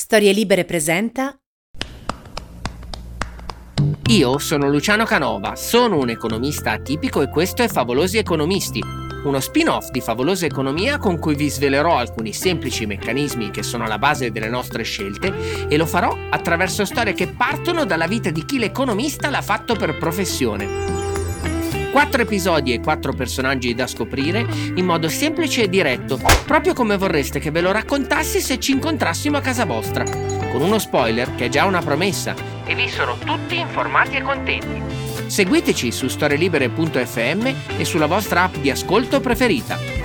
Storie Libere presenta. Io sono Luciano Canova, sono un economista atipico e questo è Favolosi Economisti, uno spin-off di Favolosa Economia con cui vi svelerò alcuni semplici meccanismi che sono alla base delle nostre scelte e lo farò attraverso storie che partono dalla vita di chi l'economista l'ha fatto per professione. 4 episodi e 4 personaggi da scoprire in modo semplice e diretto, proprio come vorreste che ve lo raccontassi se ci incontrassimo a casa vostra, con uno spoiler che è già una promessa, e vi sono tutti informati e contenti. Seguiteci su storielibere.fm e sulla vostra app di ascolto preferita.